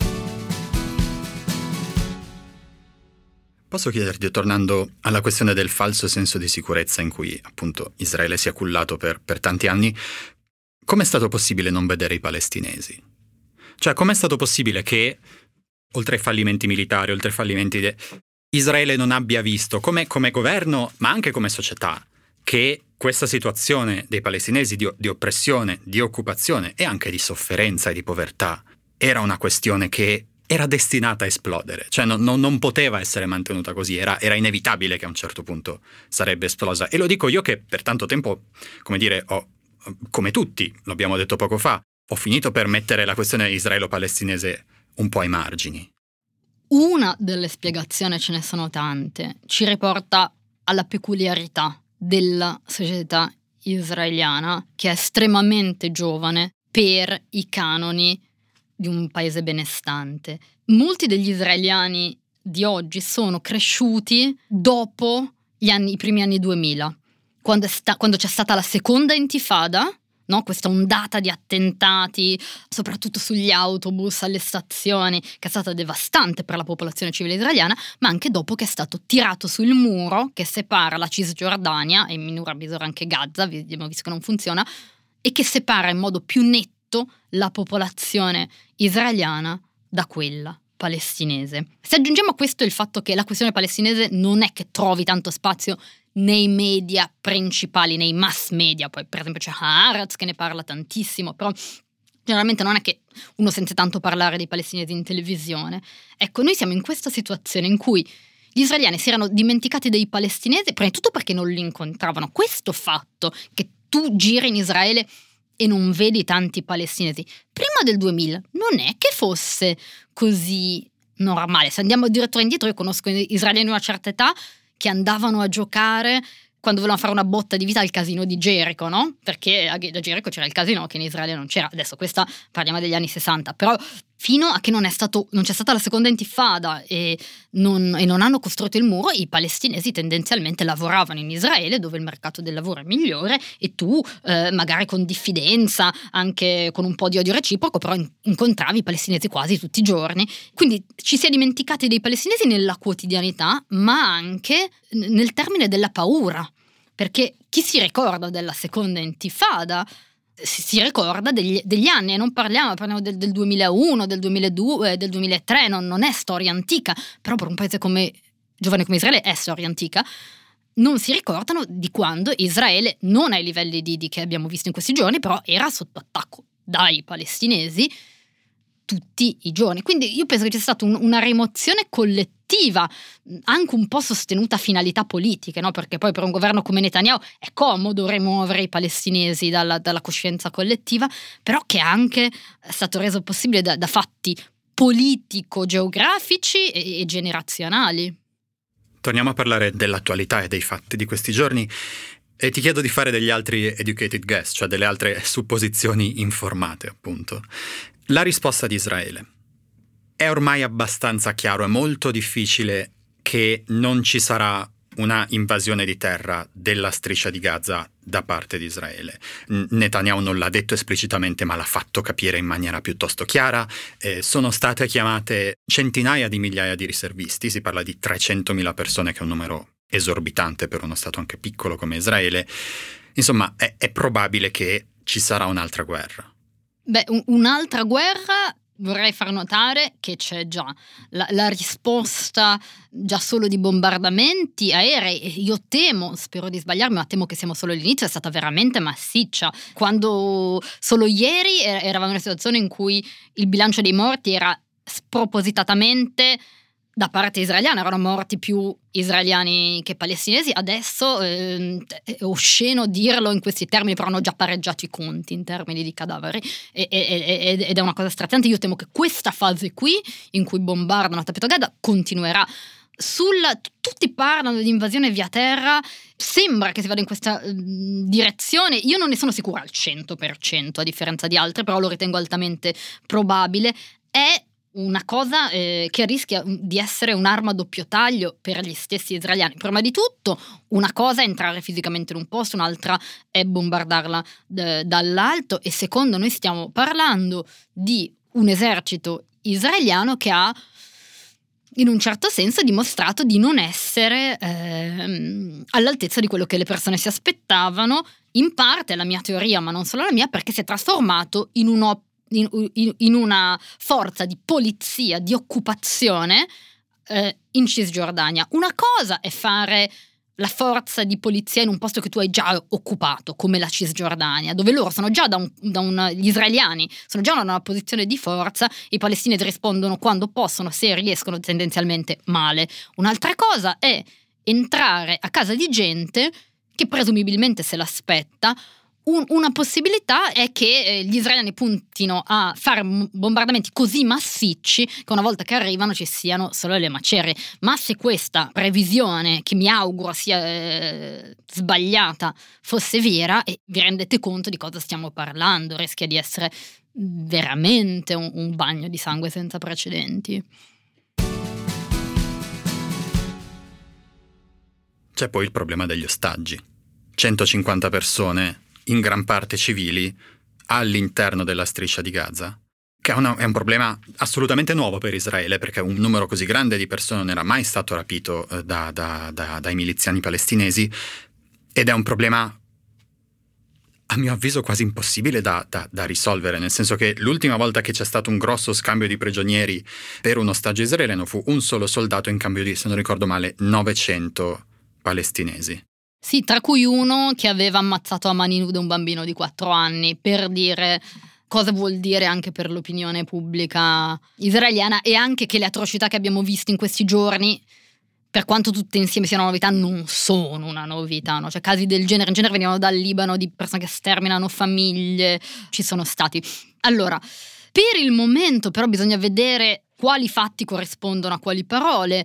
Posso chiederti, tornando alla questione del falso senso di sicurezza in cui appunto Israele si è cullato per, per tanti anni, com'è stato possibile non vedere i palestinesi? Cioè, com'è stato possibile che, oltre ai fallimenti militari, oltre ai fallimenti de... Israele non abbia visto, come, come governo, ma anche come società, che questa situazione dei palestinesi di, di oppressione, di occupazione e anche di sofferenza e di povertà era una questione che era destinata a esplodere, cioè non, non, non poteva essere mantenuta così, era, era inevitabile che a un certo punto sarebbe esplosa. E lo dico io che per tanto tempo, come dire, ho, come tutti, lo abbiamo detto poco fa, ho finito per mettere la questione israelo-palestinese un po' ai margini. Una delle spiegazioni, ce ne sono tante, ci riporta alla peculiarità della società israeliana, che è estremamente giovane per i canoni di un paese benestante. Molti degli israeliani di oggi sono cresciuti dopo gli anni, i primi anni duemila, quando, è sta, quando c'è stata la seconda intifada, no? Questa ondata di attentati, soprattutto sugli autobus, alle stazioni, che è stata devastante per la popolazione civile israeliana, ma anche dopo che è stato tirato sul muro che separa la Cisgiordania, e in minore misura anche Gaza, abbiamo visto che non funziona, e che separa in modo più netto la popolazione israeliana da quella palestinese. Se aggiungiamo a questo il fatto che la questione palestinese non è che trovi tanto spazio nei media principali, nei mass media, poi per esempio c'è Haaretz che ne parla tantissimo, però generalmente non è che uno sente tanto parlare dei palestinesi in televisione. Ecco, noi siamo in questa situazione in cui gli israeliani si erano dimenticati dei palestinesi, prima di tutto perché non li incontravano. Questo fatto che tu giri in Israele e non vedi tanti palestinesi prima del duemila non è che fosse così normale. Se andiamo addirittura indietro, io conosco israeliani di una certa età che andavano a giocare quando volevano fare una botta di vita al casino di Gerico, no? Perché a Gerico c'era il casino che in Israele non c'era. Adesso questa parliamo degli anni sessanta, però fino a che non è stato non c'è stata la seconda intifada e non, e non hanno costruito il muro, i palestinesi tendenzialmente lavoravano in Israele, dove il mercato del lavoro è migliore, e tu eh, magari con diffidenza, anche con un po' di odio reciproco, però in, incontravi i palestinesi quasi tutti i giorni. Quindi ci si è dimenticati dei palestinesi nella quotidianità, ma anche nel termine della paura, perché chi si ricorda della seconda intifada si, si ricorda degli, degli anni, e non parliamo, parliamo del, del duemilauno, del duemiladue, del duemilatré, non, non è storia antica, però per un paese come giovane come Israele è storia antica. Non si ricordano di quando Israele, non ai livelli di, di che abbiamo visto in questi giorni, però era sotto attacco dai palestinesi tutti i giorni. Quindi io penso che c'è stata un, una rimozione collettiva, anche un po' sostenuta a finalità politiche, no? Perché poi per un governo come Netanyahu è comodo rimuovere i palestinesi dalla, dalla coscienza collettiva, però che anche è stato reso possibile da, da fatti politico-geografici e, e generazionali. Torniamo a parlare dell'attualità e dei fatti di questi giorni e ti chiedo di fare degli altri educated guess, cioè delle altre supposizioni informate, appunto. La risposta di Israele. È ormai abbastanza chiaro, è molto difficile che non ci sarà una invasione di terra della striscia di Gaza da parte di Israele. Netanyahu non l'ha detto esplicitamente, ma l'ha fatto capire in maniera piuttosto chiara. Eh, sono state chiamate centinaia di migliaia di riservisti, si parla di trecentomila persone, che è un numero esorbitante per uno stato anche piccolo come Israele. Insomma, è, è probabile che ci sarà un'altra guerra. Beh, un, un'altra guerra vorrei far notare che c'è già la, la risposta già solo di bombardamenti aerei. Io temo, spero di sbagliarmi, ma temo che siamo solo all'inizio, è stata veramente massiccia. Quando solo ieri eravamo in una situazione in cui il bilancio dei morti era spropositatamente da parte israeliana, erano morti più israeliani che palestinesi. Adesso eh, è osceno dirlo in questi termini, però hanno già pareggiato i conti in termini di cadaveri, e, e, ed è una cosa straziante. Io temo che questa fase qui, in cui bombardano a tappeto Gaza, continuerà. sul tutti parlano di invasione via terra, sembra che si vada in questa uh, direzione. Io non ne sono sicura al cento per cento, a differenza di altre, però lo ritengo altamente probabile. È una cosa eh, che rischia di essere un'arma a doppio taglio per gli stessi israeliani. Prima di tutto, una cosa è entrare fisicamente in un posto, un'altra è bombardarla d- dall'alto, e secondo, noi stiamo parlando di un esercito israeliano che ha, in un certo senso, dimostrato di non essere ehm, all'altezza di quello che le persone si aspettavano. In parte è la mia teoria, ma non solo la mia, perché si è trasformato in uno In, in, in una forza di polizia, di occupazione eh, in Cisgiordania. Una cosa è fare la forza di polizia in un posto che tu hai già occupato, come la Cisgiordania, dove loro sono già da un, da un, gli israeliani sono già in una posizione di forza, i palestinesi rispondono quando possono, se riescono, tendenzialmente male. Un'altra cosa è entrare a casa di gente che presumibilmente se l'aspetta. Un, una possibilità è che eh, gli israeliani puntino a fare bombardamenti così massicci che una volta che arrivano ci siano solo le macerie. Ma se questa previsione, che mi auguro sia eh, sbagliata, fosse vera, e vi rendete conto di cosa stiamo parlando, rischia di essere veramente un, un bagno di sangue senza precedenti. C'è poi il problema degli ostaggi. centocinquanta persone, in gran parte civili, all'interno della striscia di Gaza, che è, una, è un problema assolutamente nuovo per Israele, perché un numero così grande di persone non era mai stato rapito da, da, da, dai miliziani palestinesi, ed è un problema, a mio avviso, quasi impossibile da, da, da risolvere, nel senso che l'ultima volta che c'è stato un grosso scambio di prigionieri per un ostaggio israeliano fu un solo soldato in cambio di, se non ricordo male, novecento palestinesi. Sì, tra cui uno che aveva ammazzato a mani nude un bambino di quattro anni, per dire cosa vuol dire anche per l'opinione pubblica israeliana, e anche che le atrocità che abbiamo visto in questi giorni, per quanto tutte insieme siano novità, non sono una novità, no? Cioè, casi del genere in genere venivano dal Libano, di persone che sterminano famiglie, ci sono stati. Allora, per il momento però bisogna vedere quali fatti corrispondono a quali parole.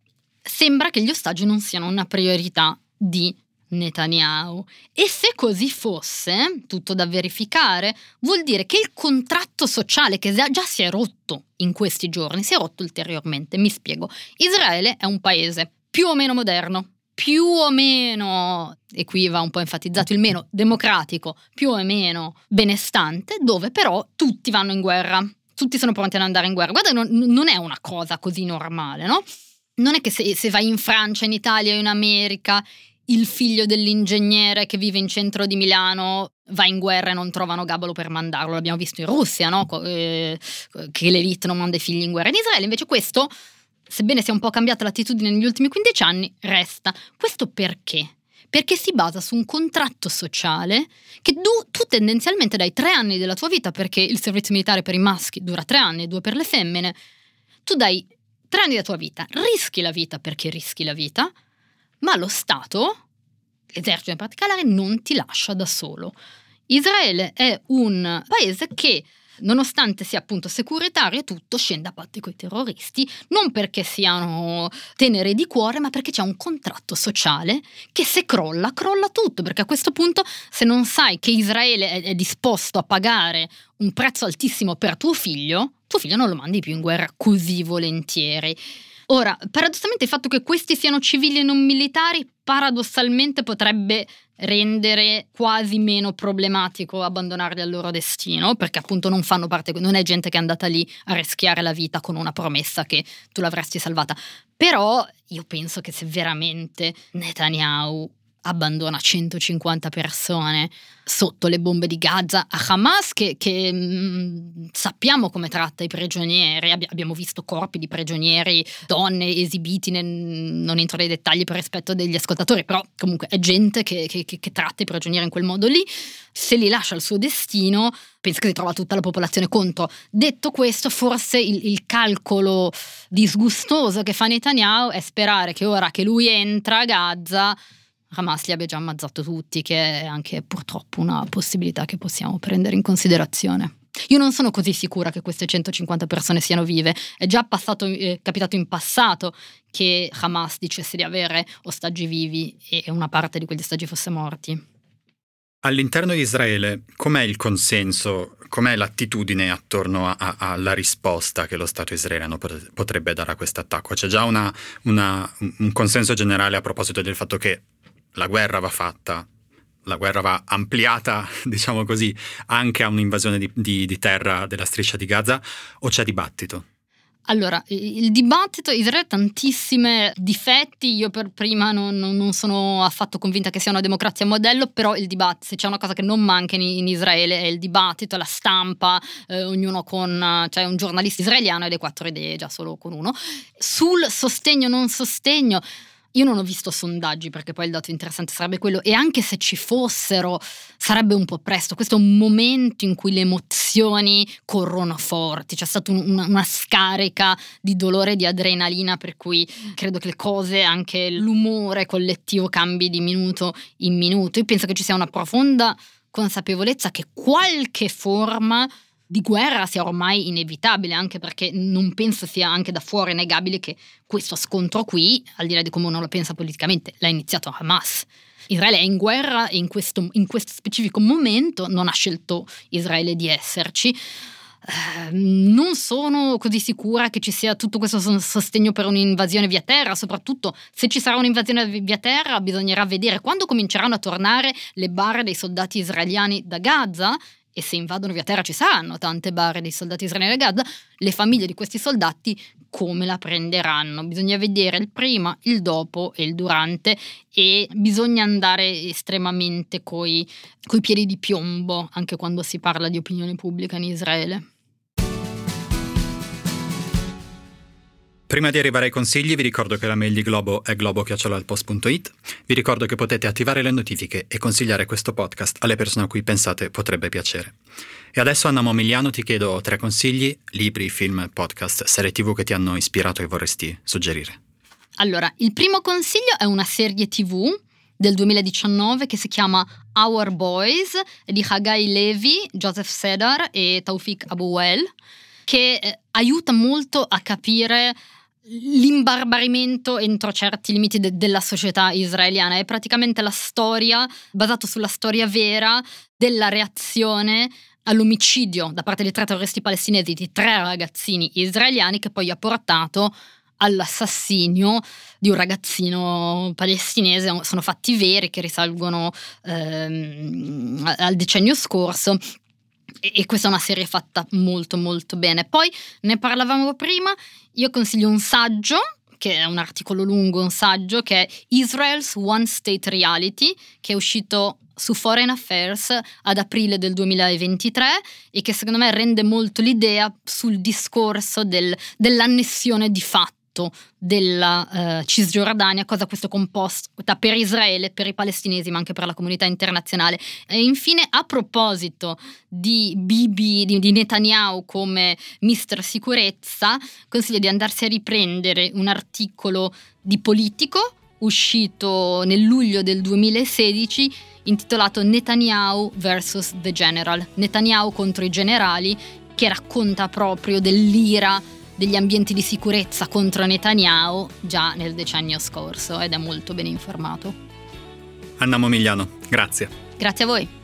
Sembra che gli ostaggi non siano una priorità di Netanyahu, e se così fosse, tutto da verificare, vuol dire che il contratto sociale che già si è rotto in questi giorni si è rotto ulteriormente. Mi spiego: Israele è un paese più o meno moderno, più o meno, e qui va un po' enfatizzato il meno, democratico, più o meno benestante, dove però tutti vanno in guerra, tutti sono pronti ad andare in guerra. Guarda, non, non è una cosa così normale, no? Non è che se, se vai in Francia, in Italia o in America, il figlio dell'ingegnere che vive in centro di Milano va in guerra e non trovano Gabalo per mandarlo. L'abbiamo visto in Russia, no? Eh, che l'elite non manda i figli in guerra. In Israele invece questo, sebbene sia un po' cambiata l'attitudine negli ultimi quindici anni, resta. Questo perché? Perché si basa su un contratto sociale che tu, tu tendenzialmente dai tre anni della tua vita, perché il servizio militare per i maschi dura tre anni e due per le femmine, tu dai tre anni della tua vita, rischi la vita perché rischi la vita, ma lo Stato, l'esercito in particolare, non ti lascia da solo. Israele è un paese che, nonostante sia appunto securitario e tutto, scende a patti coi terroristi, non perché siano teneri di cuore, ma perché c'è un contratto sociale che, se crolla, crolla tutto, perché a questo punto, se non sai che Israele è, è disposto a pagare un prezzo altissimo per tuo figlio, tuo figlio non lo mandi più in guerra così volentieri. Ora, paradossalmente il fatto che questi siano civili e non militari, paradossalmente potrebbe rendere quasi meno problematico abbandonarli al loro destino, perché appunto non fanno parte, non è gente che è andata lì a rischiare la vita con una promessa che tu l'avresti salvata. Però io penso che se veramente Netanyahu abbandona centocinquanta persone sotto le bombe di Gaza a Hamas, che, che mh, sappiamo come tratta i prigionieri, Abbi- abbiamo visto corpi di prigionieri, donne esibiti, nel, non entro nei dettagli per rispetto degli ascoltatori, però comunque è gente che, che, che tratta i prigionieri in quel modo lì. Se li lascia al suo destino, penso che si trova tutta la popolazione contro. Detto questo, forse il, il calcolo disgustoso che fa Netanyahu è sperare che ora che lui entra a Gaza, Hamas li abbia già ammazzato tutti, che è anche purtroppo una possibilità che possiamo prendere in considerazione. Io non sono così sicura che queste centocinquanta persone siano vive. È già passato, eh, capitato in passato che Hamas dicesse di avere ostaggi vivi e una parte di quegli ostaggi fosse morti. All'interno di Israele, com'è il consenso, com'è l'attitudine attorno a, a, alla risposta che lo Stato israeliano potrebbe dare a questo attacco? C'è già una, una, un consenso generale a proposito del fatto che la guerra va fatta, la guerra va ampliata, diciamo così, anche a un'invasione di, di, di terra della striscia di Gaza, o c'è dibattito? Allora, il dibattito, Israele ha tantissimi difetti, io per prima non, non sono affatto convinta che sia una democrazia modello, però il dibattito, se c'è una cosa che non manca in, in Israele è il dibattito, la stampa, eh, ognuno con, cioè un giornalista israeliano e le quattro idee già solo con uno. Sul sostegno non sostegno, io non ho visto sondaggi, perché poi il dato interessante sarebbe quello, e anche se ci fossero sarebbe un po' presto. Questo è un momento in cui le emozioni corrono forti, c'è stata un, una, una scarica di dolore e di adrenalina, per cui credo che le cose, anche l'umore collettivo cambi di minuto in minuto. Io penso che ci sia una profonda consapevolezza che qualche forma di guerra sia ormai inevitabile, anche perché non penso sia anche da fuori negabile che questo scontro qui, al di là di come uno lo pensa politicamente, l'ha iniziato Hamas. Israele è in guerra e in questo, in questo specifico momento non ha scelto Israele di esserci. Eh, non sono così sicura che ci sia tutto questo sostegno per un'invasione via terra, soprattutto se ci sarà un'invasione via terra bisognerà vedere quando cominceranno a tornare le barre dei soldati israeliani da Gaza. E se invadono via terra ci saranno tante barre dei soldati israeliani da Gaza, le famiglie di questi soldati come la prenderanno? Bisogna vedere il prima, il dopo e il durante, e bisogna andare estremamente coi, coi piedi di piombo anche quando si parla di opinione pubblica in Israele. Prima di arrivare ai consigli vi ricordo che la mail di Globo è globo chiocciola il post punto it. Vi ricordo che potete attivare le notifiche e consigliare questo podcast alle persone a cui pensate potrebbe piacere. E adesso, Anna Momigliano, ti chiedo tre consigli: libri, film, podcast, serie tv che ti hanno ispirato e vorresti suggerire. Allora, il primo consiglio è una serie tv del duemiladiciannove che si chiama Our Boys, di Hagai Levi, Joseph Sedar e Taufik Abouel, che eh, aiuta molto a capire l'imbarbarimento entro certi limiti de- della società israeliana. È praticamente la storia, basato sulla storia vera, della reazione all'omicidio da parte dei tre terroristi palestinesi di tre ragazzini israeliani, che poi ha portato all'assassinio di un ragazzino palestinese. Sono fatti veri che risalgono ehm, al decennio scorso. E questa è una serie fatta molto molto bene. Poi ne parlavamo prima, io consiglio un saggio, che è un articolo lungo, un saggio che è Israel's One State Reality, che è uscito su Foreign Affairs ad aprile del duemilaventitré e che secondo me rende molto l'idea sul discorso del, dell'annessione di fatto della uh, Cisgiordania, cosa questo composta per Israele, per i palestinesi, ma anche per la comunità internazionale. E infine, a proposito di Bibi, di, di Netanyahu come mister Sicurezza, consiglio di andarsi a riprendere un articolo di Politico uscito nel luglio del duemilasedici intitolato Netanyahu versus the General, Netanyahu contro i generali, che racconta proprio dell'ira degli ambienti di sicurezza contro Netanyahu già nel decennio scorso, ed è molto ben informato. Anna Momigliano, grazie. Grazie a voi.